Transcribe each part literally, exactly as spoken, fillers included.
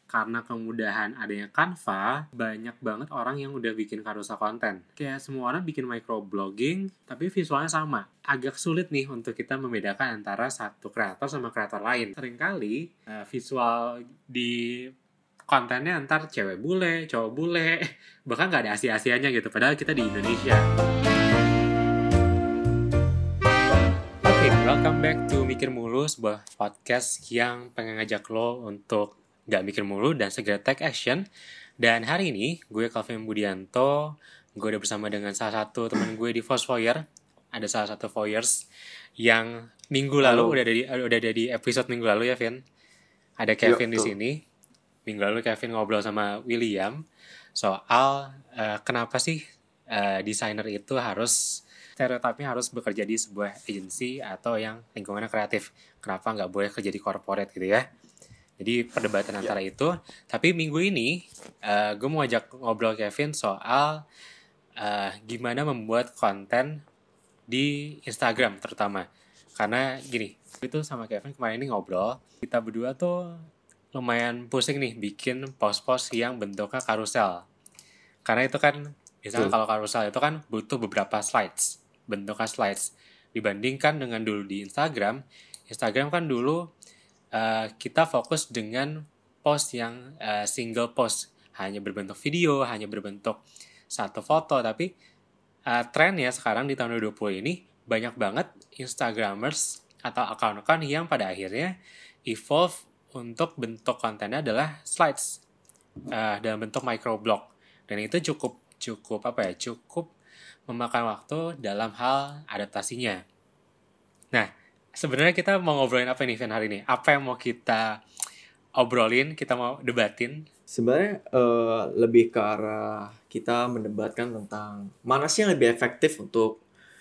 karena kemudahan adanya Canva, banyak banget orang yang udah bikin carousel konten. Kayak semua orang bikin microblogging, tapi visualnya sama. Agak sulit nih untuk kita membedakan antara satu kreator sama kreator lain. Seringkali uh, visual di kontennya antar cewek bule, cowok bule, bahkan gak ada Asia-Asianya gitu, padahal kita di Indonesia. Oke, okay, welcome back to Mikir Mulu, sebuah podcast yang pengen ngajak lo untuk gak mikir mulu dan segera take action. Dan hari ini, gue Calvin Budianto, gue udah bersama dengan salah satu teman gue di Fosfoyer. Ada salah satu Foyers yang minggu lalu, Halo. udah ada di, udah ada di episode minggu lalu ya, Vin? Ada Kevin Yo, di sini. Minggu lalu Kevin ngobrol sama William soal uh, kenapa sih uh, desainer itu harus stereotipnya harus bekerja di sebuah agensi atau yang lingkungannya kreatif. Kenapa nggak boleh kerja di corporate gitu ya? Jadi perdebatan antara yeah. itu. Tapi minggu ini uh, gue mau ajak ngobrol Kevin soal uh, gimana membuat konten di Instagram terutama. Karena gini, itu sama Kevin kemarin ini ngobrol, kita berdua tuh lumayan pusing nih bikin post-post yang bentuknya karusel. Karena itu kan, misalnya hmm. kalau karusel itu kan butuh beberapa slides, bentuknya slides. Dibandingkan dengan dulu di Instagram, Instagram kan dulu uh, kita fokus dengan post yang uh, single post. Hanya berbentuk video, hanya berbentuk satu foto. Tapi uh, trennya sekarang di tahun dua ribu dua puluh ini, banyak banget Instagramers atau account-account yang pada akhirnya evolve untuk bentuk kontennya adalah slides uh, dalam bentuk microblog, dan itu cukup cukup apa ya cukup memakan waktu dalam hal adaptasinya. Nah, sebenarnya kita mau ngobrolin apa nih Van hari ini? Apa yang mau kita obrolin? Kita mau debatin? Sebenarnya uh, lebih ke arah kita mendebatkan tentang mana sih yang lebih efektif untuk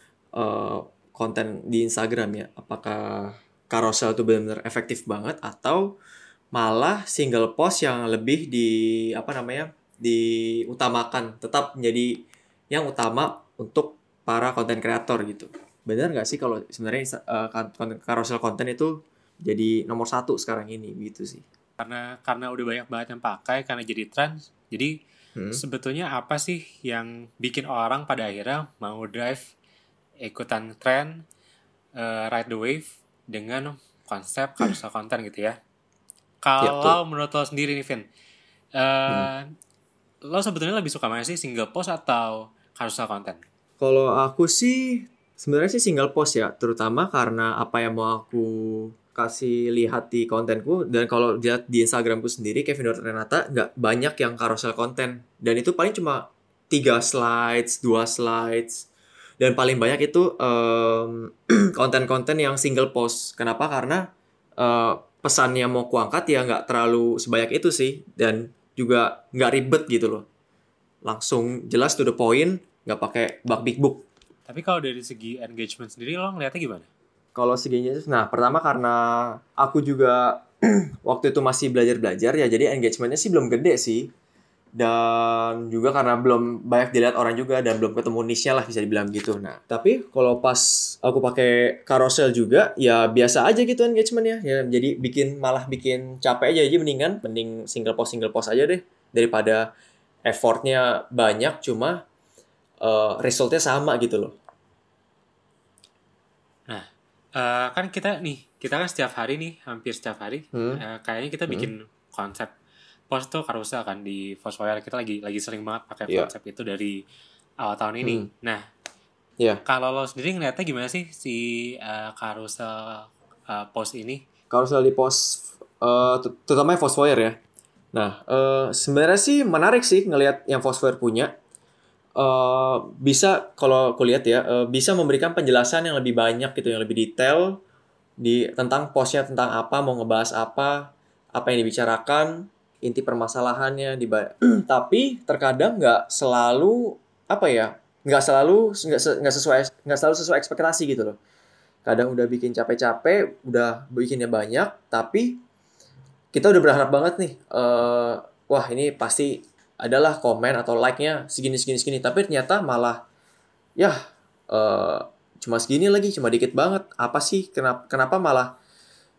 uh, konten di Instagram ya? Apakah carousel itu benar-benar efektif banget atau malah single post yang lebih di apa namanya diutamakan, tetap menjadi yang utama untuk para konten kreator gitu. Benar nggak sih kalau sebenarnya uh, carousel konten itu jadi nomor satu sekarang ini gitu sih? Karena karena udah banyak banget yang pakai, karena jadi tren. Jadi hmm. sebetulnya apa sih yang bikin orang pada akhirnya mau drive ikutan tren, uh, ride the wave dengan konsep carousel konten gitu ya. Kalau ya, menurut lo sendiri nih Vin, uh, hmm. lo sebetulnya lebih suka mana sih, single post atau carousel konten? Kalau aku sih sebenarnya sih single post ya, terutama karena apa yang mau aku kasih lihat di kontenku. Dan kalau lihat di Instagramku sendiri, Kevin Renata, nggak banyak yang carousel konten, dan itu paling cuma tiga slides, dua slides. Dan paling banyak itu um, konten-konten yang single post. Kenapa? Karena uh, pesan yang mau kuangkat ya nggak terlalu sebanyak itu sih. Dan juga nggak ribet gitu loh. Langsung jelas to the point, nggak pakai bug big book. Tapi kalau dari segi engagement sendiri lo ngeliatnya gimana? Kalau seginya, nah pertama karena aku juga waktu itu masih belajar-belajar ya, jadi engagementnya sih belum gede sih. Dan juga karena belum banyak dilihat orang juga dan belum ketemu niche-nya lah bisa dibilang gitu. Nah, tapi kalau pas aku pakai carousel juga ya biasa aja gitu engagement-nya. Ya jadi bikin malah bikin capek aja, jadi mendingan mending single post single post aja deh daripada effort-nya banyak cuma uh, result-nya sama gitu loh. Nah, uh, kan kita nih, kita kan setiap hari nih, hampir setiap hari hmm. uh, kayaknya kita bikin hmm. konsep post tuh carousel kan di Fosfoyer. Kita lagi lagi sering banget pakai yeah. konsep itu dari awal tahun ini. Hmm. Nah, yeah. kalau lo sendiri ngeliatnya gimana sih si uh, carousel uh, post ini? Carousel di post, uh, terutama Fosfoyer ya. Nah, uh, sebenarnya sih menarik sih ngelihat yang Fosfoyer punya. Uh, bisa kalau aku lihat ya, uh, bisa memberikan penjelasan yang lebih banyak gitu, yang lebih detail di tentang postnya, tentang apa, mau ngebahas apa, apa yang dibicarakan, inti permasalahannya di tapi terkadang nggak selalu apa ya nggak selalu nggak nggak sesuai nggak selalu sesuai ekspektasi gitu loh. Kadang udah bikin capek-capek, udah bikinnya banyak, tapi kita udah berharap banget nih uh, wah ini pasti adalah komen atau like-nya segini segini segini, tapi ternyata malah ya uh, cuma segini lagi, cuma dikit banget. Apa sih kenapa kenapa malah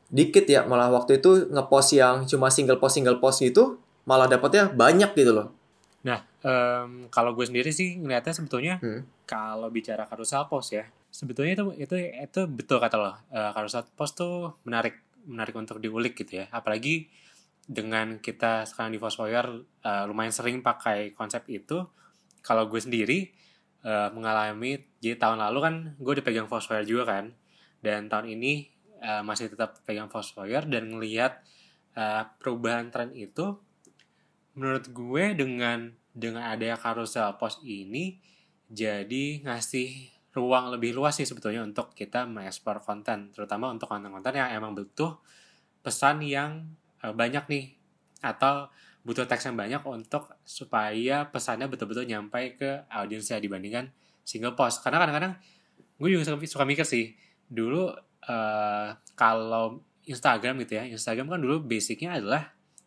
dikit ya, malah waktu itu ngepost yang cuma single post single post gitu malah dapatnya banyak gitu loh. Nah, em, kalau gue sendiri sih ngeliatnya sebetulnya Hmm. kalau bicara carousel post ya, sebetulnya itu itu itu betul kata lo. Eh, carousel post tuh menarik menarik untuk diulik gitu ya. Apalagi dengan kita sekarang di Foursquare eh, lumayan sering pakai konsep itu. Kalau gue sendiri eh, mengalami, jadi tahun lalu kan gue udah pegang Foursquare juga kan, dan tahun ini eh, masih tetap pegang Foursquare dan ngelihat eh, perubahan tren itu. Menurut gue dengan dengan adanya carousel post ini jadi ngasih ruang lebih luas sih sebetulnya untuk kita mengekspor konten, terutama untuk konten-konten yang emang butuh pesan yang eh, banyak nih, atau butuh teks yang banyak untuk supaya pesannya betul-betul nyampe ke audiensnya dibandingkan single post. Karena kadang-kadang gue juga suka, suka mikir sih dulu eh, kalau Instagram gitu ya, Instagram kan dulu basicnya adalah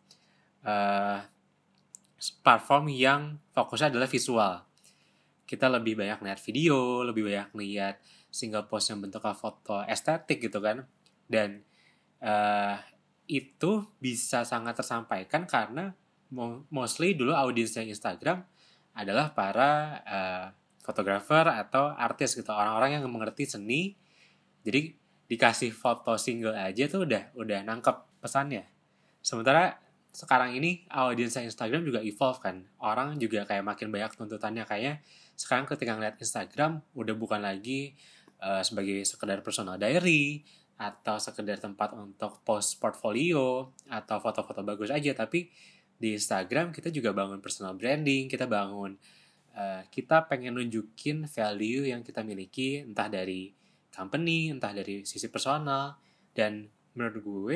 eh, platform yang fokusnya adalah visual. Kita lebih banyak lihat video, lebih banyak lihat single post yang bentuknya foto estetik gitu kan. Dan uh, itu bisa sangat tersampaikan karena mostly dulu audiensnya Instagram adalah para uh, fotografer atau artis gitu, orang-orang yang mengerti seni. Jadi dikasih foto single aja tuh udah udah nangkep pesannya. Sementara sekarang ini audiensnya Instagram juga evolve kan. Orang juga kayak makin banyak tuntutannya. Kayaknya sekarang ketika ngeliat Instagram udah bukan lagi uh, sebagai sekedar personal diary atau sekedar tempat untuk post portfolio atau foto-foto bagus aja, tapi di Instagram kita juga bangun personal branding, kita bangun uh, kita pengen nunjukin value yang kita miliki, entah dari company, entah dari sisi personal. Dan menurut gue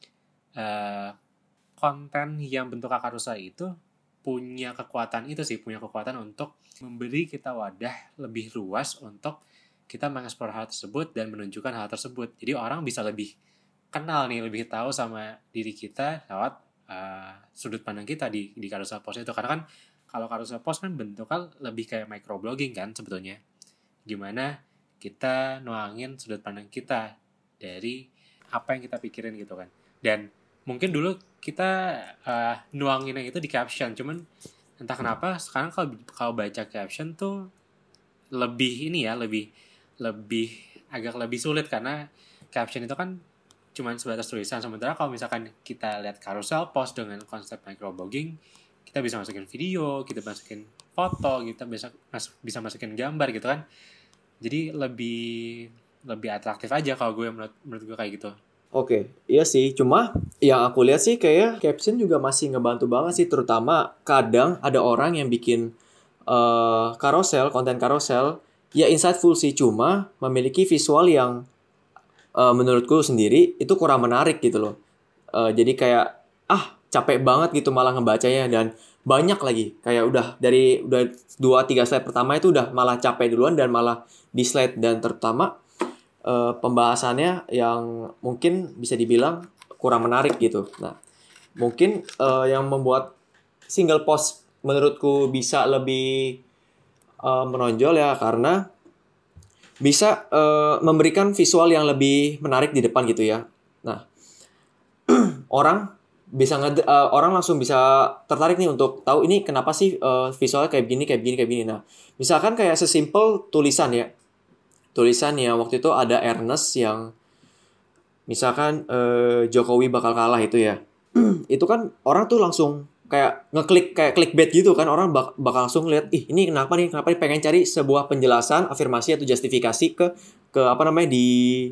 uh, konten yang bentuk carousel itu punya kekuatan itu sih, punya kekuatan untuk memberi kita wadah lebih luas untuk kita mengeksplor hal tersebut dan menunjukkan hal tersebut. Jadi orang bisa lebih kenal nih, lebih tahu sama diri kita lewat uh, sudut pandang kita di di carousel post itu. Karena kan kalau carousel post kan bentuknya lebih kayak microblogging kan sebetulnya. Gimana kita nuangin sudut pandang kita dari apa yang kita pikirin gitu kan. Dan mungkin dulu kita uh, nuanginnya itu di caption, cuman entah kenapa sekarang kalau kalau baca caption tuh lebih ini ya, lebih lebih agak lebih sulit karena caption itu kan cuman sebatas tulisan. Sementara kalau misalkan kita lihat carousel post dengan konsep microblogging, kita bisa masukin video, kita masukin foto, kita bisa masuk bisa masukin gambar gitu kan. Jadi lebih lebih atraktif aja kalau gue menurut menurut gue kayak gitu. Oke, iya sih. Cuma yang aku lihat sih kayak caption juga masih ngebantu banget sih. Terutama kadang ada orang yang bikin uh, carousel, konten carousel, ya insightful sih. Cuma memiliki visual yang uh, menurutku sendiri itu kurang menarik gitu loh. Uh, jadi kayak ah capek banget gitu malah ngebacanya, dan banyak lagi. Kayak udah dari udah dua tiga slide pertama itu udah malah capek duluan dan malah di slide, dan terutama Uh, pembahasannya yang mungkin bisa dibilang kurang menarik gitu. Nah, mungkin uh, yang membuat single post menurutku bisa lebih uh, menonjol ya karena bisa uh, memberikan visual yang lebih menarik di depan gitu ya. Nah, orang bisa nge- uh, orang langsung bisa tertarik nih untuk tahu ini kenapa sih uh, visualnya kayak begini kayak begini kayak begini. Nah, misalkan kayak sesimpel tulisan ya. Tulisan ya waktu itu ada Ernest yang misalkan eh, Jokowi bakal kalah itu ya. Itu kan orang tuh langsung kayak ngeklik kayak clickbait gitu kan, orang bak- bakal langsung lihat ih ini kenapa nih kenapa nih, pengen cari sebuah penjelasan, afirmasi atau justifikasi ke ke apa namanya di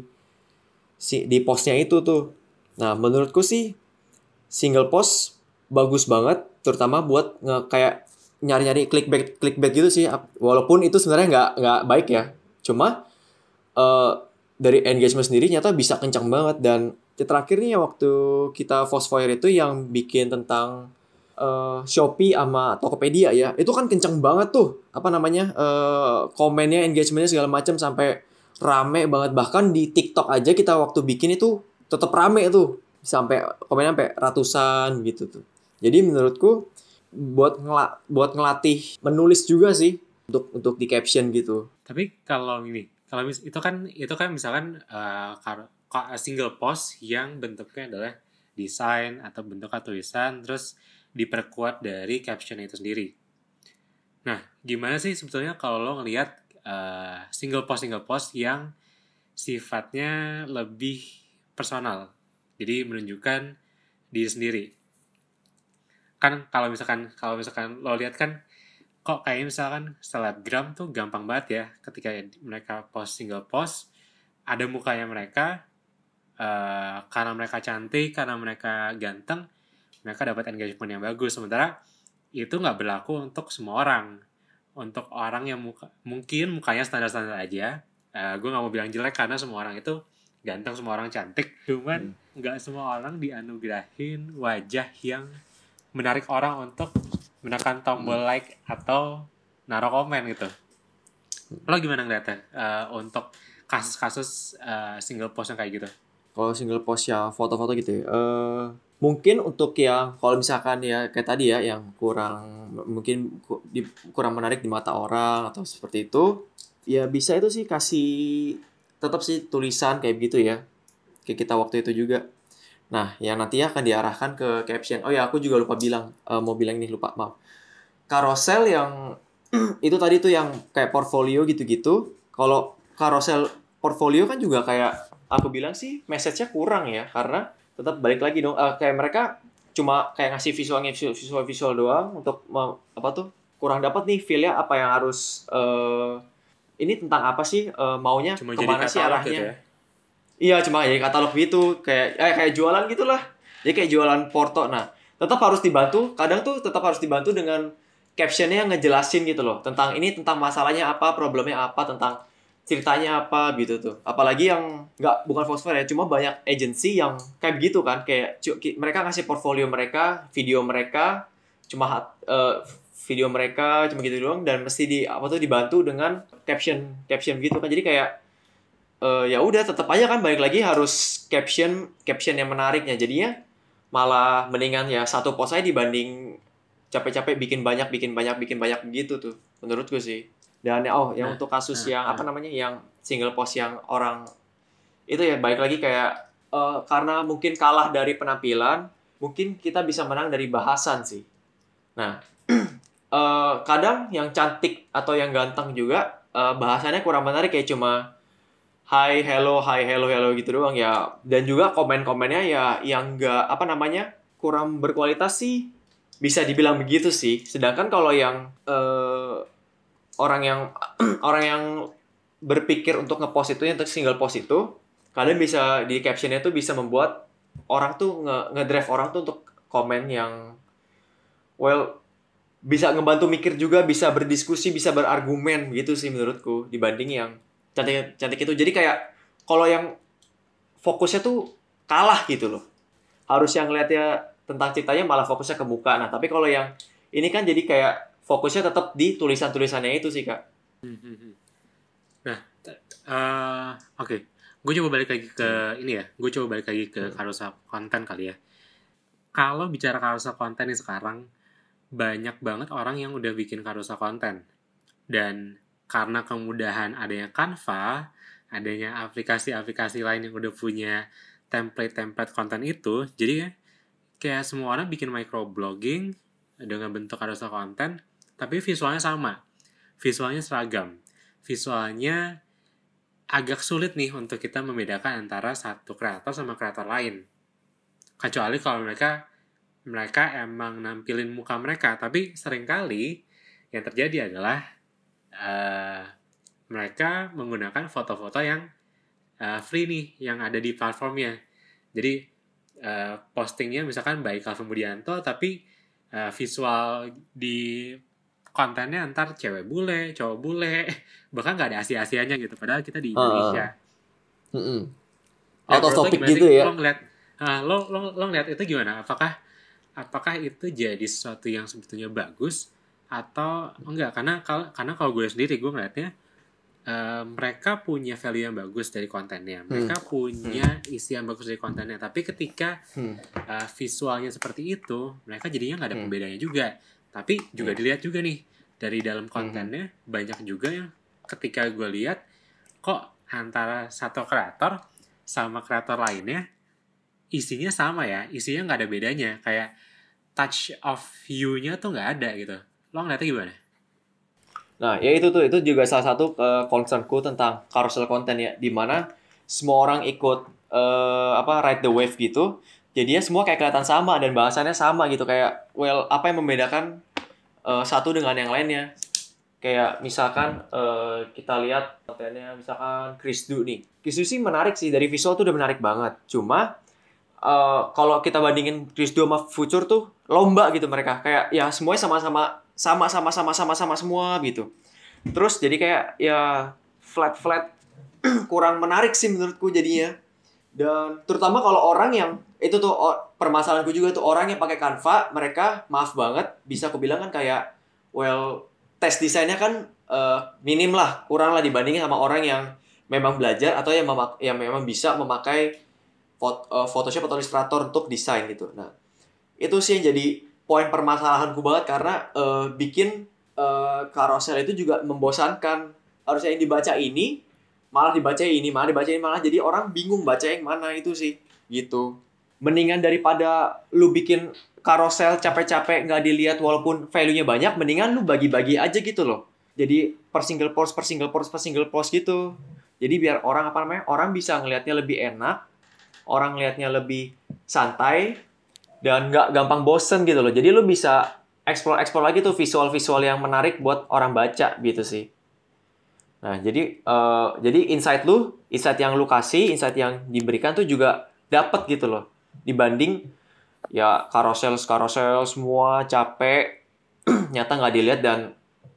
si di postnya itu tuh. Nah, menurutku sih single post bagus banget terutama buat nge kayak nyari-nyari clickbait clickbait gitu sih, walaupun itu sebenarnya nggak nggak baik ya. Cuma uh, dari engagement sendiri nyata bisa kencang banget. Dan terakhir nih waktu kita Foursquare itu yang bikin tentang uh, Shopee sama Tokopedia ya, itu kan kencang banget tuh apa namanya uh, komennya, engagementnya segala macam sampai rame banget. Bahkan di TikTok aja kita waktu bikin itu tetap rame tuh, sampai komennya sampai ratusan gitu tuh. Jadi menurutku buat ngela buat ngelatih menulis juga sih untuk untuk di caption gitu. Tapi kalau ini, kalau mis- itu kan itu kan misalkan uh, single post yang bentuknya adalah desain atau bentuknya tulisan, terus diperkuat dari caption itu sendiri. Nah, gimana sih sebetulnya kalau lo ngelihat uh, single post single post yang sifatnya lebih personal, jadi menunjukkan diri sendiri. Kan kalau misalkan kalau misalkan lo lihat kan, kok kayak misalkan selebgram tuh gampang banget ya, ketika mereka post single post ada mukanya mereka, uh, karena mereka cantik, karena mereka ganteng, mereka dapat engagement yang bagus. Sementara itu nggak berlaku untuk semua orang. Untuk orang yang muka, mungkin mukanya standar-standar aja, uh, gue nggak mau bilang jelek karena semua orang itu ganteng, semua orang cantik, cuman nggak hmm. semua orang dianugerahin wajah yang menarik orang untuk menekan tombol hmm. like atau naruh komen gitu. Lo gimana ngeliatnya uh, untuk kasus-kasus uh, single post yang kayak gitu? Kalau single post ya foto-foto gitu ya, uh, mungkin untuk yang kalau misalkan ya kayak tadi ya yang kurang mungkin di, kurang menarik di mata orang atau seperti itu, ya bisa itu sih kasih tetap sih tulisan kayak gitu ya, kayak kita waktu itu juga. Nah, yang nanti akan diarahkan ke caption. Oh ya, aku juga lupa bilang, uh, mau bilang ini lupa, maaf. Carousel yang itu tadi tuh yang kayak portfolio gitu-gitu. Kalau carousel portfolio kan juga kayak aku bilang sih message-nya kurang ya, karena tetap balik lagi dong, uh, kayak mereka cuma kayak ngasih visualnya visual visual doang untuk uh, apa tuh kurang dapat nih feel-nya apa yang harus uh, ini tentang apa sih, uh, maunya cuma kemana sih arahnya gitu ya? Iya, cuma jadi katalog gitu, kayak eh, kayak jualan gitulah. Jadi kayak jualan porto. Nah, tetap harus dibantu. Kadang tuh tetap harus dibantu dengan captionnya yang ngejelasin gitu loh, tentang ini, tentang masalahnya apa, problemnya apa, tentang ceritanya apa gitu tuh. Apalagi yang nggak bukan Foursquare ya, cuma banyak agency yang kayak begitu kan, kayak mereka ngasih portfolio mereka, video mereka, cuma uh, video mereka cuma gitu doang, dan mesti di apa tuh dibantu dengan caption caption gitu kan. Jadi kayak Uh, ya udah tetap aja kan balik lagi harus caption caption yang menariknya, jadinya malah mendingan ya satu post aja dibanding capek-capek bikin banyak bikin banyak bikin banyak begitu tuh menurutku sih. Dan oh yang nah, untuk kasus nah, yang nah. apa namanya yang single post yang orang itu ya balik lagi kayak uh, karena mungkin kalah dari penampilan, mungkin kita bisa menang dari bahasan sih. Nah uh, kadang yang cantik atau yang ganteng juga uh, bahasannya kurang menarik, kayak cuma Hai, hello, hai, hello, hello gitu doang ya. Dan juga komen-komennya ya yang nggak, apa namanya, kurang berkualitas sih. Bisa dibilang begitu sih. Sedangkan kalau yang uh, orang yang orang yang berpikir untuk ngepost itu, untuk single post itu, kalian bisa di captionnya tuh bisa membuat orang tuh nge- ngedrive orang tuh untuk komen yang well, bisa ngebantu mikir juga, bisa berdiskusi, bisa berargumen gitu sih menurutku, dibanding yang cantik cantik itu. Jadi kayak kalau yang fokusnya tuh kalah gitu loh, harus yang ngeliatnya tentang ceritanya malah fokusnya ke muka. Nah tapi kalau yang ini kan jadi kayak fokusnya tetap di tulisan-tulisannya itu sih kak. Nah uh, oke okay. Gue coba balik lagi ke hmm. ini ya gue coba balik lagi ke carousel konten kali ya. Kalau bicara carousel konten nih sekarang, banyak banget orang yang udah bikin carousel konten, dan karena kemudahan adanya Canva, adanya aplikasi-aplikasi lain yang udah punya template-template konten itu, jadi kayak semua orang bikin microblogging dengan bentuk carousel konten, tapi visualnya sama, visualnya seragam, visualnya agak sulit nih untuk kita membedakan antara satu kreator sama kreator lain. Kecuali kalau mereka mereka emang nampilin muka mereka, tapi seringkali yang terjadi adalah Uh, mereka menggunakan foto-foto yang uh, free nih, yang ada di platformnya. Jadi uh, postingnya misalkan by Calvin Budianto, tapi uh, visual di kontennya antar cewek bule, cowok bule, bahkan nggak ada Asia-Asianya gitu. Padahal kita di Indonesia. Uh, uh. Uh-uh. Out of topic gitu ya. Lo ngeliat, uh, lo lo lo ngeliat itu gimana? Apakah apakah itu jadi sesuatu yang sebetulnya bagus atau enggak? Karena kalau karena kalau gue sendiri gue ngeliatnya uh, mereka punya value yang bagus dari kontennya, mereka hmm. punya isi yang bagus dari kontennya, tapi ketika hmm. uh, visualnya seperti itu, mereka jadinya nggak ada pembedanya hmm. juga. Tapi juga hmm. dilihat juga nih dari dalam kontennya, hmm. banyak juga yang ketika gue lihat kok antara satu kreator sama kreator lainnya isinya sama ya, isinya nggak ada bedanya, kayak touch of you-nya tuh nggak ada gitu. Lo ngeliatnya gimana? Nah, ya itu tuh, itu juga salah satu uh, concernku tentang carousel content ya, di mana semua orang ikut uh, apa ride the wave gitu. Jadinya semua kayak kelihatan sama dan bahasannya sama gitu, kayak well apa yang membedakan uh, satu dengan yang lainnya. Kayak misalkan uh, kita lihat kontennya misalkan Chris Du nih. Chris Du sih menarik sih, dari visual tuh udah menarik banget. Cuma uh, kalau kita bandingin Chris Du sama Future tuh lomba gitu mereka. Kayak ya semuanya sama-sama sama sama sama sama sama semua gitu. Terus jadi kayak ya flat flat kurang menarik sih menurutku jadinya. Dan terutama kalau orang yang itu tuh permasalahanku juga tuh, orang yang pakai Canva, mereka maaf banget bisa aku bilang kan kayak well tes desainnya kan uh, minim lah, kurang lah dibandingin sama orang yang memang belajar atau yang memak- yang memang bisa memakai Photoshop, uh, Photoshop atau Illustrator untuk desain gitu. Nah, itu sih yang jadi poin permasalahanku banget, karena uh, bikin uh, carousel itu juga membosankan. Harusnya yang dibaca ini malah dibaca ini, malah dibaca ini, malah jadi orang bingung baca yang mana, itu sih gitu. Mendingan daripada lu bikin carousel capek-capek nggak dilihat walaupun value-nya banyak, mendingan lu bagi-bagi aja gitu loh. Jadi per single post, per single post, per single post gitu. Jadi biar orang apa namanya, orang bisa ngelihatnya lebih enak, orang ngelihatnya lebih santai, dan nggak gampang bosen gitu loh. Jadi lu bisa explore-explore lagi tuh visual-visual yang menarik buat orang baca gitu sih. Nah, jadi uh, jadi insight lu, insight yang lu kasih, insight yang diberikan tuh juga dapat gitu loh. Dibanding ya carousel-carousel semua capek, nyata nggak dilihat dan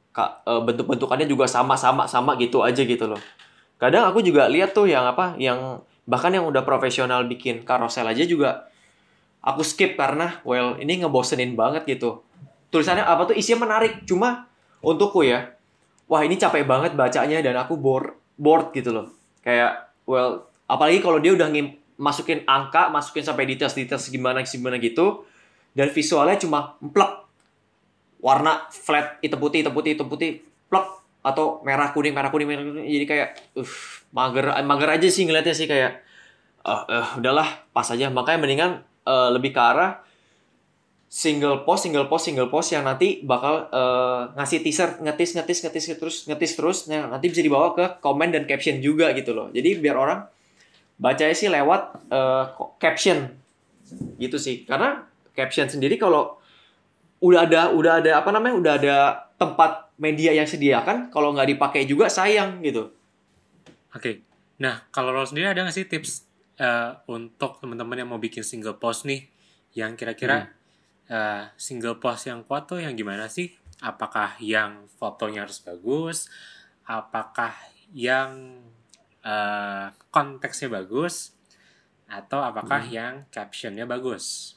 uh, bentuk-bentukannya juga sama-sama sama gitu aja gitu loh. Kadang aku juga lihat tuh yang apa, yang bahkan yang udah profesional bikin carousel aja juga aku skip karena well ini ngebosenin banget gitu. Tulisannya apa tuh isinya menarik, cuma untukku ya, wah ini capek banget bacanya dan aku bored bored gitu loh. Kayak well apalagi kalau dia udah ngim, masukin angka, masukin sampai detail-detail gimana gimana gitu, dan visualnya cuma plek, warna flat hitam putih hitam putih hitam putih plek, atau merah kuning merah kuning merah kuning, jadi kayak uh mager mager aja sih ngeliatnya sih, kayak uh, uh, udahlah pas aja. Makanya mendingan uh, lebih ke arah single post, single post, single post yang nanti bakal uh, ngasih teaser, ngetis, ngetis, ngetis terus, ngetis terus, yang nanti bisa dibawa ke komen dan caption juga gitu loh. Jadi biar orang bacanya sih lewat uh, caption gitu sih. Karena caption sendiri kalau udah ada, udah ada apa namanya, udah ada tempat media yang sediakan, kalau nggak dipakai juga sayang gitu. Oke, okay. Nah kalau lo sendiri ada nggak sih tips uh, untuk teman-teman yang mau bikin single post nih, yang kira-kira hmm. Uh, single post yang kuat tuh yang gimana sih? Apakah yang fotonya harus bagus? Apakah yang uh, konteksnya bagus? Atau apakah hmm. yang captionnya bagus?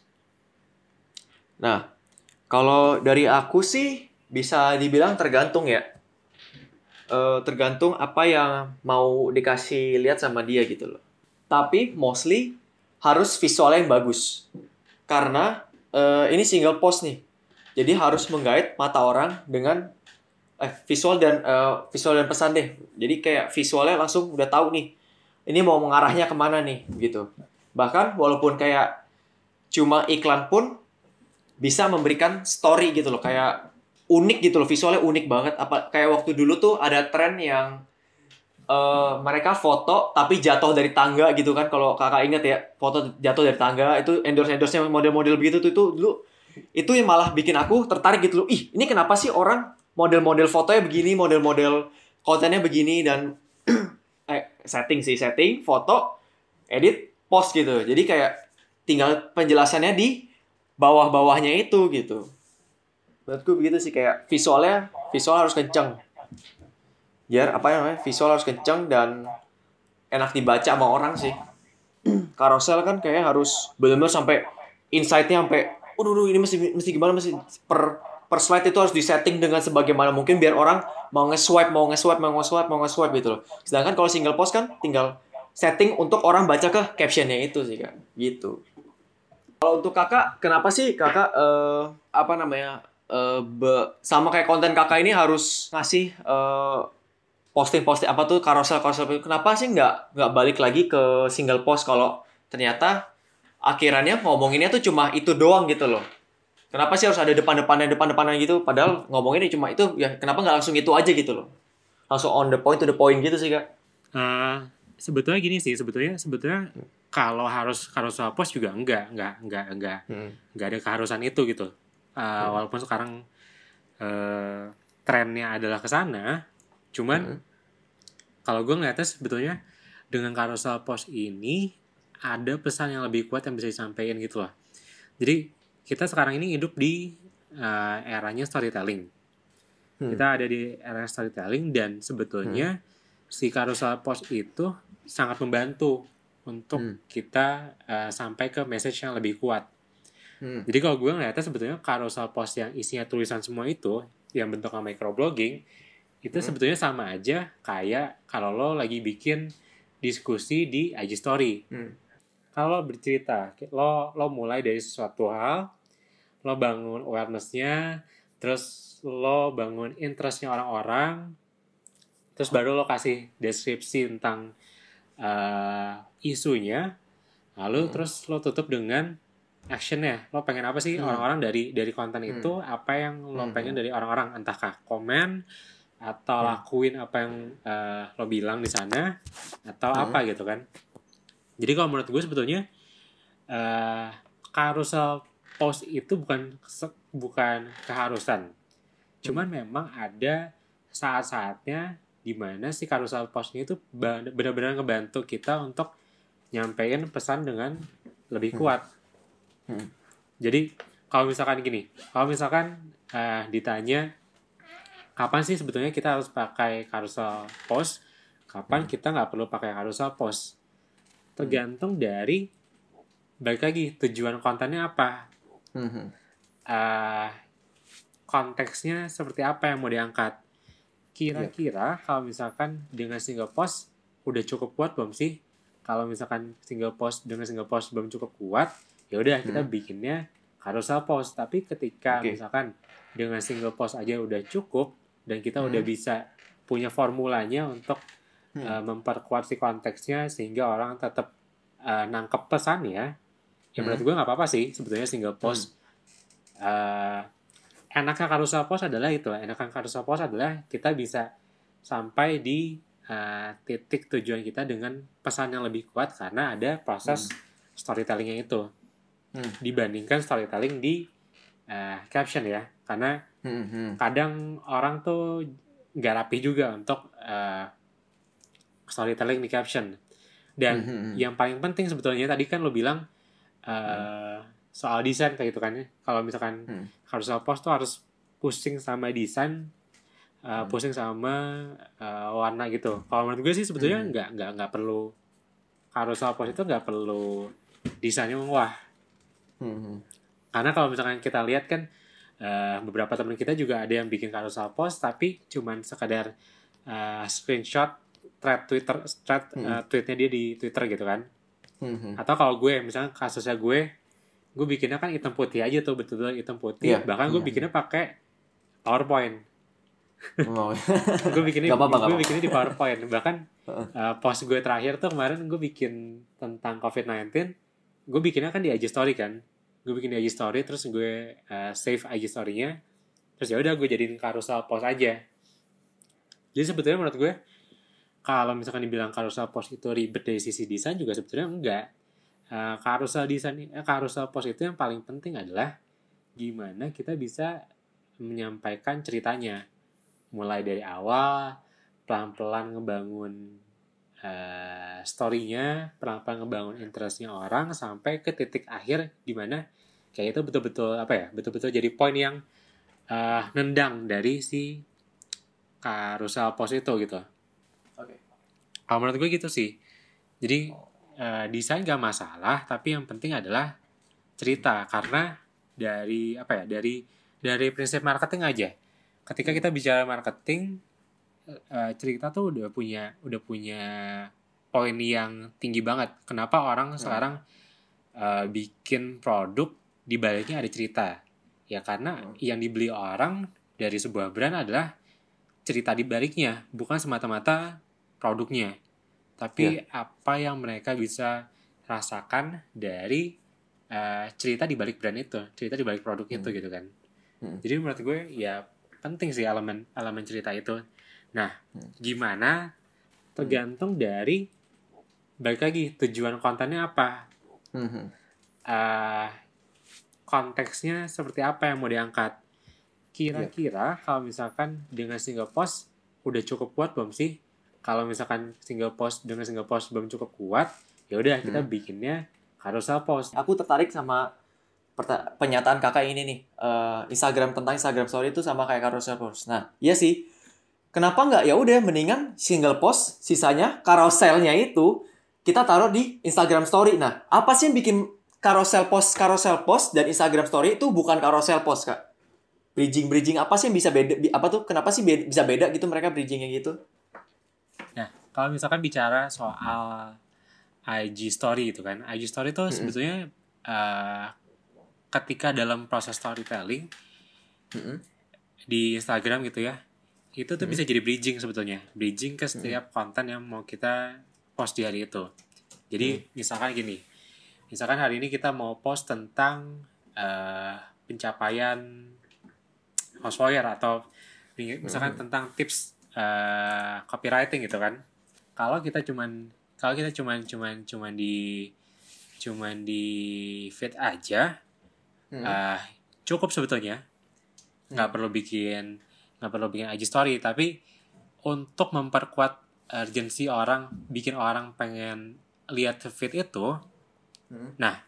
Nah, kalau dari aku sih bisa dibilang tergantung ya. Uh, tergantung apa yang mau dikasih lihat sama dia gitu loh. Tapi mostly harus visualnya yang bagus. Karena Uh, ini single post nih, jadi harus menggait mata orang dengan eh, visual dan uh, visual dan pesan deh. Jadi kayak visualnya langsung udah tahu nih, ini mau mengarahnya kemana nih gitu. Bahkan walaupun kayak cuma iklan pun bisa memberikan story gitu loh, kayak unik gitu loh, visualnya unik banget. Apa kayak waktu dulu tuh ada tren yang Uh, mereka foto tapi jatuh dari tangga gitu kan, kalau kakak ingat ya, foto jatuh dari tangga itu endorse endorse nya model-model begitu tuh, itu dulu itu yang malah bikin aku tertarik gitu loh. Ih ini kenapa sih orang model-model fotonya begini, model-model kontennya begini, dan eh setting sih setting foto edit post gitu, jadi kayak tinggal penjelasannya di bawah-bawahnya itu gitu. Menurutku begitu sih, kayak visualnya visual harus kenceng, biar apa ya namanya, visual harus kenceng dan enak dibaca sama orang sih. Carousel kan kayak harus benar-benar sampai insight-nya sampai aduh ini mesti mesti gimana, mesti per per slide itu harus disetting dengan sebagaimana mungkin biar orang mau nge-swipe mau nge-swipe mau nge-swipe mau nge-swipe gitu loh. Sedangkan kalau single post kan tinggal setting untuk orang baca ke captionnya itu sih Kak, gitu. Kalau untuk kakak, kenapa sih kakak uh, apa namanya uh, be, sama kayak konten kakak ini harus ngasih uh, posting-posting apa tuh carousel-carousel, kenapa sih nggak nggak balik lagi ke single post kalau ternyata akhirannya ngomonginnya tuh cuma itu doang gitu loh. Kenapa sih harus ada depan-depannya depan-depannya gitu, padahal ngomonginnya cuma itu, ya kenapa nggak langsung itu aja gitu loh. Langsung on the point to the point gitu sih, Kak. Uh, sebetulnya gini sih, sebetulnya sebetulnya kalau harus carousel post juga enggak, enggak, enggak, enggak, hmm. enggak ada keharusan itu gitu. Uh, hmm. Walaupun sekarang uh, trennya adalah ke sana, cuman hmm. kalau gue ngeliatnya sebetulnya dengan carousel post ini ada pesan yang lebih kuat yang bisa disampaikan gitu loh. Jadi kita sekarang ini hidup di uh, eranya storytelling. Hmm. Kita ada di era storytelling dan sebetulnya hmm. si carousel post itu sangat membantu untuk hmm. kita uh, sampai ke message yang lebih kuat. Hmm. Jadi kalau gue ngeliatnya sebetulnya carousel post yang isinya tulisan semua itu, yang bentuknya microblogging, itu hmm. sebetulnya sama aja kayak kalau lo lagi bikin diskusi di I G Story. Hmm. Kalau bercerita, lo lo mulai dari sesuatu hal, lo bangun awareness-nya, terus lo bangun interest-nya orang-orang, terus baru lo kasih deskripsi tentang uh, isunya, lalu hmm. terus lo tutup dengan action-nya. Lo pengen apa sih hmm. orang-orang dari dari konten hmm. itu? Apa yang lo hmm. pengen dari orang-orang? Entahkah komen atau hmm. lakuin apa yang uh, lo bilang di sana atau hmm. apa gitu kan? Jadi kalau menurut gue sebetulnya uh, carousel post itu bukan bukan keharusan. Cuman hmm. memang ada saat-saatnya di mana si carousel post itu benar-benar ngebantu kita untuk nyampein pesan dengan lebih kuat. Hmm. Hmm. Jadi kalau misalkan gini, kalau misalkan uh, ditanya kapan sih sebetulnya kita harus pakai carousel post, kapan hmm. kita nggak perlu pakai carousel post, tergantung hmm. dari balik lagi tujuan kontennya apa, hmm. uh, konteksnya seperti apa yang mau diangkat. Kira-kira yeah. kalau misalkan dengan single post udah cukup kuat belum sih? Kalau misalkan single post dengan single post belum cukup kuat, ya udah kita hmm. bikinnya carousel post. Tapi ketika okay. misalkan dengan single post aja udah cukup dan kita hmm. udah bisa punya formulanya untuk hmm. uh, memperkuat si konteksnya sehingga orang tetap uh, nangkep pesannya, ya hmm. menurut gue nggak apa-apa sih sebetulnya single post. Hmm. Uh, enaknya carousel post adalah itu, enaknya carousel post adalah kita bisa sampai di uh, titik tujuan kita dengan pesan yang lebih kuat karena ada proses hmm. storytellingnya itu hmm. dibandingkan storytelling di uh, caption ya, karena hmm. Hmm. kadang orang tuh nggak rapi juga untuk uh, storytelling di caption. Dan hmm. Hmm. yang paling penting sebetulnya tadi kan lo bilang uh, hmm. soal desain kayak gitu kan ya. Kalau misalkan hmm. carousel post tuh harus pusing sama desain, uh, hmm. pusing sama uh, warna gitu. Kalau menurut gue sih sebetulnya hmm. nggak nggak nggak perlu carousel post itu nggak perlu desainnya wah. Hmm. Karena kalau misalkan kita lihat kan uh, beberapa teman kita juga ada yang bikin carousel post tapi cuman sekadar uh, screenshot thread Twitter, thread hmm. uh, tweetnya dia di Twitter gitu kan. Hmm. Atau kalau gue misalnya kasusnya gue gue bikinnya kan hitam putih aja tuh, betul-betul hitam putih. Yeah. Bahkan gue yeah. bikinnya pakai PowerPoint. Oh. gue bikinnya apa-apa, gue bikinnya di PowerPoint. Bahkan uh, post gue terakhir tuh kemarin gue bikin tentang covid sembilan belas. Gue bikinnya kan di I G Story kan. Gue bikin di I G Story terus gue uh, save I G Story-nya. Terus ya udah gue jadiin carousel post aja. Jadi sebetulnya menurut gue kalau misalkan dibilang carousel post itu ribet dari sisi desain juga sebetulnya enggak. Uh, carousel desain, eh, carousel post itu yang paling penting adalah gimana kita bisa menyampaikan ceritanya mulai dari awal, pelan-pelan ngebangun uh, story-nya, pelan-pelan ngebangun interest-nya orang sampai ke titik akhir di mana kayak itu betul-betul apa ya, betul-betul jadi poin yang uh, nendang dari si carousel post itu gitu. Oke. Okay. Kalau menurut gue gitu sih. Jadi Uh, desain gak masalah, tapi yang penting adalah cerita. Karena dari apa ya, dari dari prinsip marketing aja. Ketika kita bicara marketing, uh, cerita tuh udah punya udah punya poin yang tinggi banget. Kenapa orang hmm. sekarang uh, bikin produk di baliknya ada cerita? Ya karena hmm. yang dibeli orang dari sebuah brand adalah cerita di baliknya, bukan semata-mata produknya, tapi Iya. apa yang mereka bisa rasakan dari uh, cerita di balik brand itu, cerita di balik produk itu Hmm. gitu kan. Hmm. Jadi menurut gue ya penting sih elemen elemen cerita itu. Nah, gimana tergantung dari balik lagi tujuan kontennya apa, Hmm. uh, konteksnya seperti apa yang mau diangkat. Iya. Kira-kira kalau misalkan dengan single post udah cukup kuat belum sih? Kalau misalkan single post dengan single post belum cukup kuat, ya udah kita Hmm. bikinnya carousel post. Aku tertarik sama perta- pernyataan kakak ini nih. Eh, Instagram tentang Instagram Story itu sama kayak carousel post. Nah, iya sih. Kenapa nggak ya udah mendingan single post, sisanya carouselnya itu kita taruh di Instagram Story. Nah, apa sih yang bikin carousel post, carousel post dan Instagram Story itu bukan carousel post, Kak? Bridging-bridging apa sih yang bisa beda? bi- Apa tuh? Kenapa sih beda- bisa beda gitu mereka bridgingnya gitu? Nah, kalau misalkan bicara soal I G story gitu kan, I G story itu Mm-mm. sebetulnya uh, ketika dalam proses storytelling Mm-mm. di Instagram gitu ya, itu tuh Mm-mm. bisa jadi bridging sebetulnya, bridging ke setiap konten yang mau kita post di hari itu. Jadi Mm-mm. misalkan gini, misalkan hari ini kita mau post tentang uh, pencapaian Housewarrior atau misalkan Mm-mm. tentang tips uh, copywriting gitu kan. Kalau kita cuman kalau kita cuman cuman cuman di cuman di feed aja, Mm-mm. uh, cukup sebetulnya. Nggak perlu bikin nggak perlu bikin I G story, tapi untuk memperkuat urgensi orang, bikin orang pengen lihat feed itu, Mm-mm. nah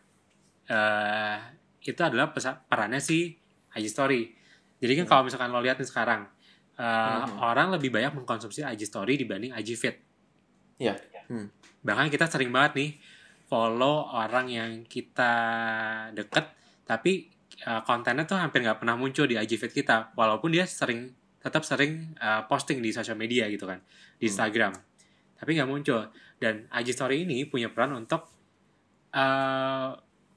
uh, itu adalah pesa- perannya si I G story. Jadi kan kalau misalkan lo lihat nih sekarang, uh, Mm-mm. orang lebih banyak mengkonsumsi I G story dibanding I G feed. Iya. Mm. Bahkan kita sering banget nih follow orang yang kita deket, tapi uh, kontennya tuh hampir nggak pernah muncul di I G feed kita, walaupun dia sering tetap sering uh, posting di sosial media gitu kan, di Instagram, tapi nggak muncul. Dan I G story ini punya peran untuk uh,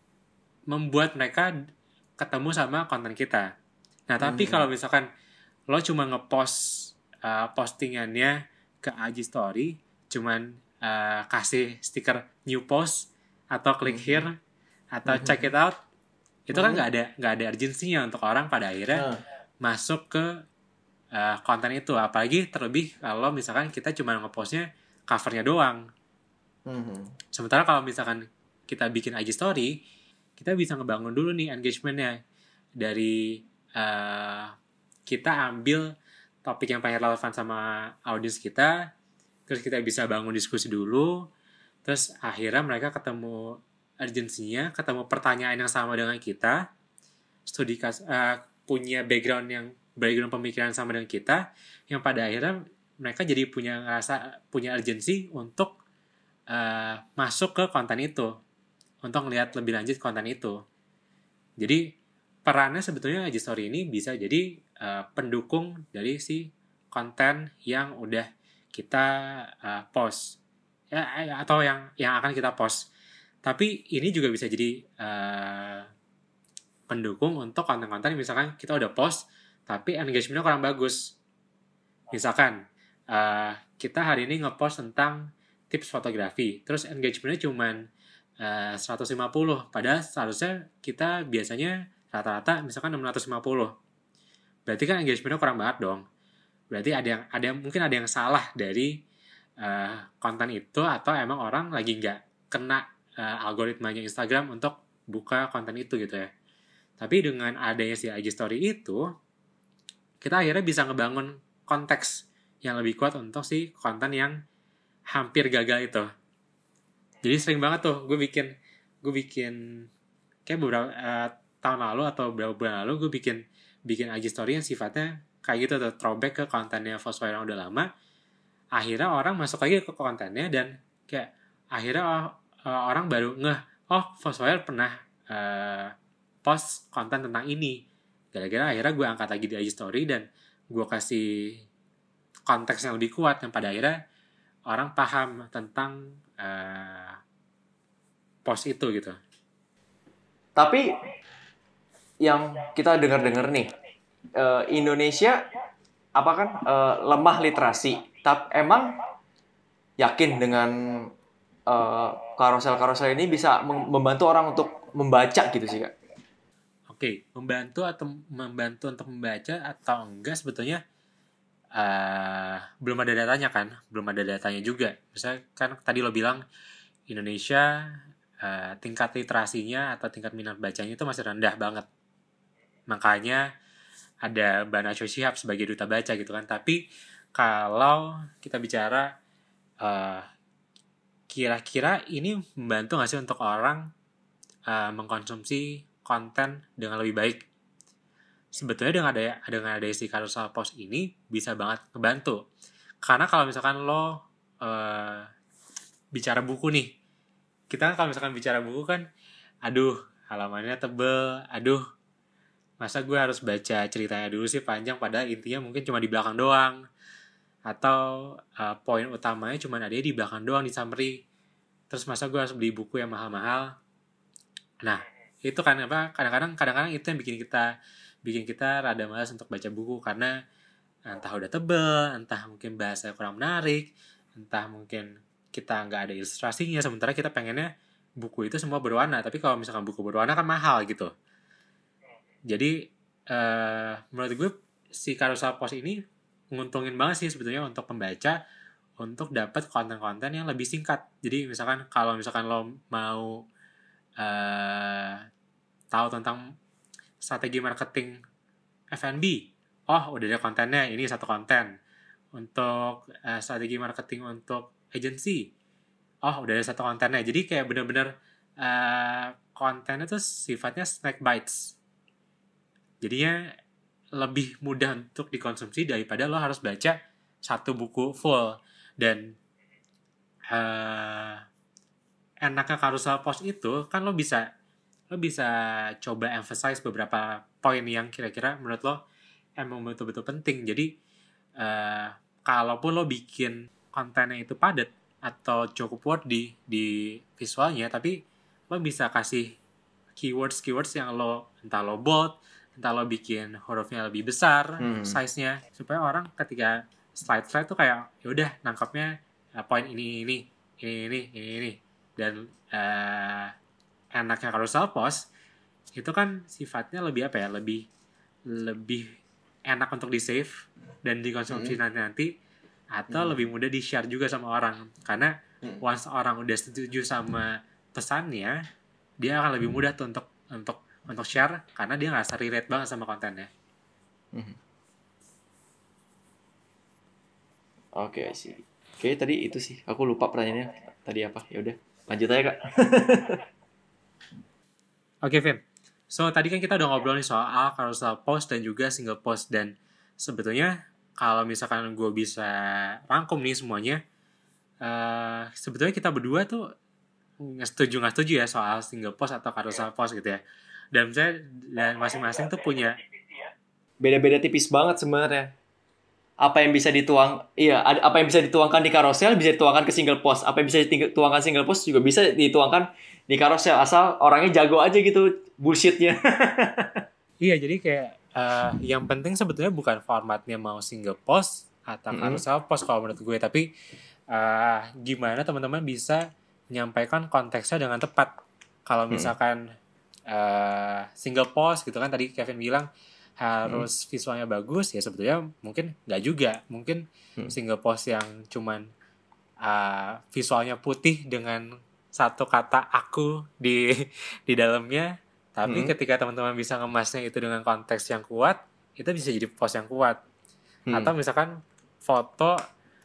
membuat mereka ketemu sama konten kita. Nah, tapi Mm-mm. kalau misalkan lo cuma ngepost uh, postingannya ke I G story, cuman uh, kasih stiker new post atau klik here atau check it out, itu kan nggak ada nggak ada urgensinya untuk orang pada akhirnya Nah. masuk ke uh, konten itu. Apalagi terlebih kalau misalkan kita cuma ngepostnya covernya doang. Mm-hmm. Sementara kalau misalkan kita bikin I G story, kita bisa ngebangun dulu nih engagementnya dari uh, kita ambil topik yang paling relevan sama audiens kita, terus kita bisa bangun diskusi dulu, terus akhirnya mereka ketemu urgensinya, ketemu pertanyaan yang sama dengan kita, studi uh, punya background yang background pemikiran sama dengan kita, yang pada akhirnya mereka jadi punya ngerasa punya urgensi untuk uh, masuk ke konten itu, untuk ngelihat lebih lanjut konten itu. Jadi perannya sebetulnya I G story ini bisa jadi uh, pendukung dari si konten yang udah kita uh, post ya, atau yang yang akan kita post. Tapi ini juga bisa jadi uh, pendukung untuk konten-konten yang misalkan kita udah post tapi engagementnya kurang bagus. Misalkan uh, kita hari ini ngepost tentang tips fotografi, terus engagementnya cuman uh, seratus lima puluh, padahal seharusnya kita biasanya rata-rata misalkan enam ratus lima puluh. Berarti kan engagementnya kurang banget dong. Berarti ada yang ada yang, mungkin ada yang salah dari uh, konten itu, atau emang orang lagi nggak kena uh, algoritmanya Instagram untuk buka konten itu gitu ya. Tapi dengan adanya si I G story itu, kita akhirnya bisa ngebangun konteks yang lebih kuat untuk si konten yang hampir gagal itu. Jadi sering banget tuh gue bikin gue bikin kayak beberapa uh, tahun lalu atau beberapa bulan lalu gue bikin bikin I G story yang sifatnya kayak gitu tuh, throwback ke kontennya Foursquare yang udah lama. Akhirnya orang masuk lagi ke kontennya dan kayak akhirnya uh, orang baru ngeh, oh Foursquare pernah uh, post konten tentang ini. Gara-gara akhirnya gue angkat lagi di I G story dan gue kasih konteks yang lebih kuat yang pada akhirnya orang paham tentang uh, post itu gitu. Tapi yang kita dengar-dengar nih, uh, Indonesia apa kan uh, lemah literasi. Tapi emang yakin dengan uh, karosel-karosel ini bisa membantu orang untuk membaca gitu sih Kak? Oke, membantu atau membantu untuk membaca atau enggak sebetulnya uh, belum ada datanya kan, belum ada datanya juga. Misalnya kan tadi lo bilang Indonesia uh, tingkat literasinya atau tingkat minat bacanya itu masih rendah banget. Makanya ada Mbak Najwa Shihab sebagai duta baca gitu kan. Tapi kalau kita bicara uh, kira-kira ini membantu nggak sih untuk orang uh, mengkonsumsi konten dengan lebih baik? Sebetulnya dengan ada dengan ada isi carousel post ini bisa banget ngebantu. Karena kalau misalkan lo uh, bicara buku nih, kita kan kalau misalkan bicara buku kan, aduh halamannya tebel, aduh masa gue harus baca ceritanya dulu sih panjang, padahal intinya mungkin cuma di belakang doang, atau uh, poin utamanya cuma ada di belakang doang di summary. Terus masa gue harus beli buku yang mahal-mahal? Nah itu kan apa, kadang-kadang kadang-kadang itu yang bikin kita bikin kita rada malas untuk baca buku, karena entah udah tebel, entah mungkin bahasa kurang menarik, entah mungkin kita nggak ada ilustrasinya, sementara kita pengennya buku itu semua berwarna. Tapi kalau misalkan buku berwarna kan mahal gitu. Jadi uh, menurut gue si carousel post ini nguntungin banget sih sebetulnya untuk pembaca, untuk dapat konten-konten yang lebih singkat. Jadi misalkan kalau misalkan lo mau uh, tahu tentang strategi marketing F and B, oh udah ada kontennya, ini satu konten. Untuk uh, strategi marketing untuk agency, oh udah ada satu kontennya. Jadi kayak bener-bener uh, kontennya tuh sifatnya snack bites. Jadinya lebih mudah untuk dikonsumsi daripada lo harus baca satu buku full. Dan uh, enaknya carousel post itu kan lo bisa lo bisa coba emphasize beberapa poin yang kira-kira menurut lo emang betul-betul penting. Jadi uh, kalaupun lo bikin kontennya itu padat atau cukup wordy di visualnya, tapi lo bisa kasih keywords-keywords yang lo entah lo bold, entah lo bikin hurufnya lebih besar hmm. size-nya, supaya orang ketika slide-slide tuh kayak yaudah nangkapnya uh, poin ini ini ini ini ini ini. Dan uh, enaknya carousel post itu kan sifatnya lebih apa ya, lebih lebih enak untuk di save dan dikonsumsi hmm. nanti-nanti, atau hmm. lebih mudah di share juga sama orang, karena hmm. once orang udah setuju sama pesannya, dia akan lebih mudah tuh untuk untuk untuk share, karena dia nggak relate banget sama kontennya. hmm. Oke okay, sih. Oke okay, tadi itu sih aku lupa pertanyaannya tadi apa. Ya udah lanjut aja Kak. Oke, okay, Vin. So, tadi kan kita udah ngobrol nih soal carousel post dan juga single post. Dan sebetulnya kalau misalkan gue bisa rangkum nih semuanya, uh, sebetulnya kita berdua tuh nggak setuju nggak setuju ya soal single post atau carousel post gitu ya. Dan saya dan masing-masing tuh punya beda-beda tipis banget sebenarnya. Apa yang bisa dituang, iya, apa yang bisa dituangkan di carousel bisa dituangkan ke single post. Apa yang bisa dituangkan single post juga bisa dituangkan di carousel, asal orangnya jago aja gitu bullshitnya. Iya, jadi kayak uh, yang penting sebetulnya bukan formatnya mau single post atau mm-hmm. carousel post kalau menurut gue, tapi uh, gimana teman-teman bisa menyampaikan konteksnya dengan tepat. Kalau misalkan mm-hmm. uh, single post gitu kan tadi Kevin bilang harus hmm. visualnya bagus, ya sebetulnya mungkin nggak juga, mungkin hmm. single post yang cuman uh, visualnya putih dengan satu kata aku di di dalamnya, tapi hmm. ketika teman-teman bisa ngemasnya itu dengan konteks yang kuat, itu bisa jadi post yang kuat. hmm. Atau misalkan foto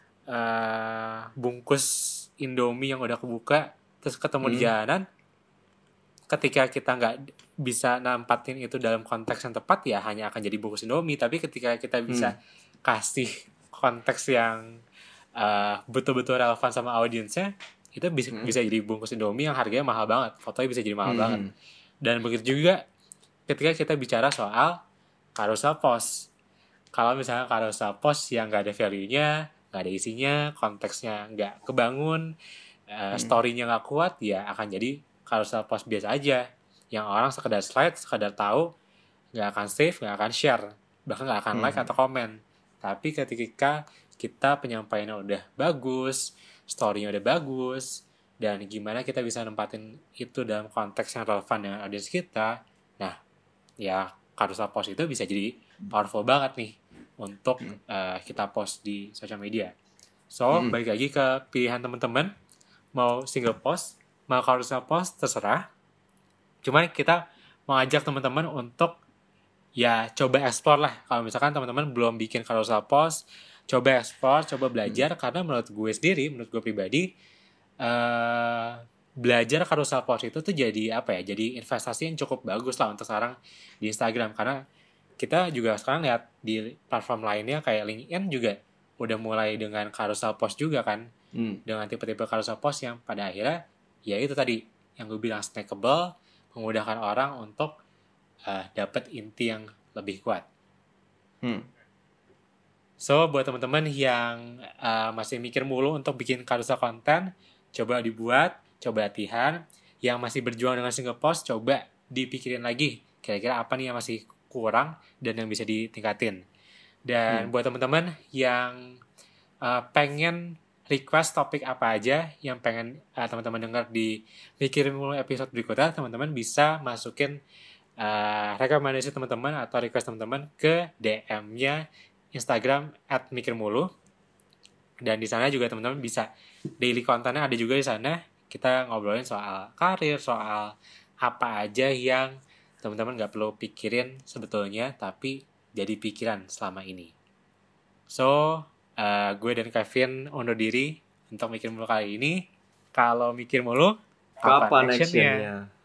uh, bungkus Indomie yang udah kebuka terus ketemu hmm. di jalanan, ketika kita nggak bisa nampatin itu dalam konteks yang tepat, ya hanya akan jadi bungkus Indomie. Tapi ketika kita bisa hmm. kasih konteks yang uh, betul-betul relevan sama audiensnya, itu bisa, hmm. bisa jadi bungkus Indomie yang harganya mahal banget, fotonya bisa jadi mahal hmm. banget. Dan begitu juga ketika kita bicara soal carousel post. Kalau misalnya carousel post yang nggak ada value-nya, nggak ada isinya, konteksnya nggak kebangun, uh, hmm. story-nya nggak kuat, ya akan jadi carousel post biasa aja, yang orang sekedar slide, sekedar tahu, nggak akan save, nggak akan share, bahkan nggak akan like hmm. atau komen. Tapi ketika kita penyampaiannya udah bagus, story-nya udah bagus, dan gimana kita bisa nempatin itu dalam konteks yang relevan dengan audiens kita, nah ya carousel post itu bisa jadi powerful banget nih untuk uh, kita post di social media. So, hmm. balik lagi ke pilihan teman-teman, mau single post, mau carousel post, terserah. Cuman kita mengajak teman-teman untuk ya coba explore lah. Kalau misalkan teman-teman belum bikin carousel post, coba explore, coba belajar. Hmm. Karena menurut gue sendiri, menurut gue pribadi, uh, belajar carousel post itu tuh jadi apa ya? Jadi investasi yang cukup bagus lah untuk sekarang di Instagram. Karena kita juga sekarang lihat di platform lainnya kayak LinkedIn juga udah mulai dengan carousel post juga kan. Hmm. Dengan tipe-tipe carousel post yang pada akhirnya ya itu tadi yang gue bilang snackable, memudahkan orang untuk uh, dapat inti yang lebih kuat. Hmm. So buat teman-teman yang uh, masih mikir mulu untuk bikin carousel konten, coba dibuat, coba latihan. Yang masih berjuang dengan single post, coba dipikirin lagi kira-kira apa nih yang masih kurang dan yang bisa ditingkatin. Dan hmm. buat teman-teman yang uh, pengen request topik apa aja yang pengen uh, teman-teman dengar di Mikirin Mulu episode berikutnya, teman-teman bisa masukin uh, rekomendasi teman-teman atau request teman-teman ke D M-nya Instagram at mikirmulu. Dan di sana juga teman-teman bisa daily kontennya ada juga di sana. Kita ngobrolin soal karir, soal apa aja yang teman-teman nggak perlu pikirin sebetulnya, tapi jadi pikiran selama ini. So, uh, gue dan Kevin undur diri untuk Mikir Mulu kali ini. Kalau mikir mulu, kapan actionnya?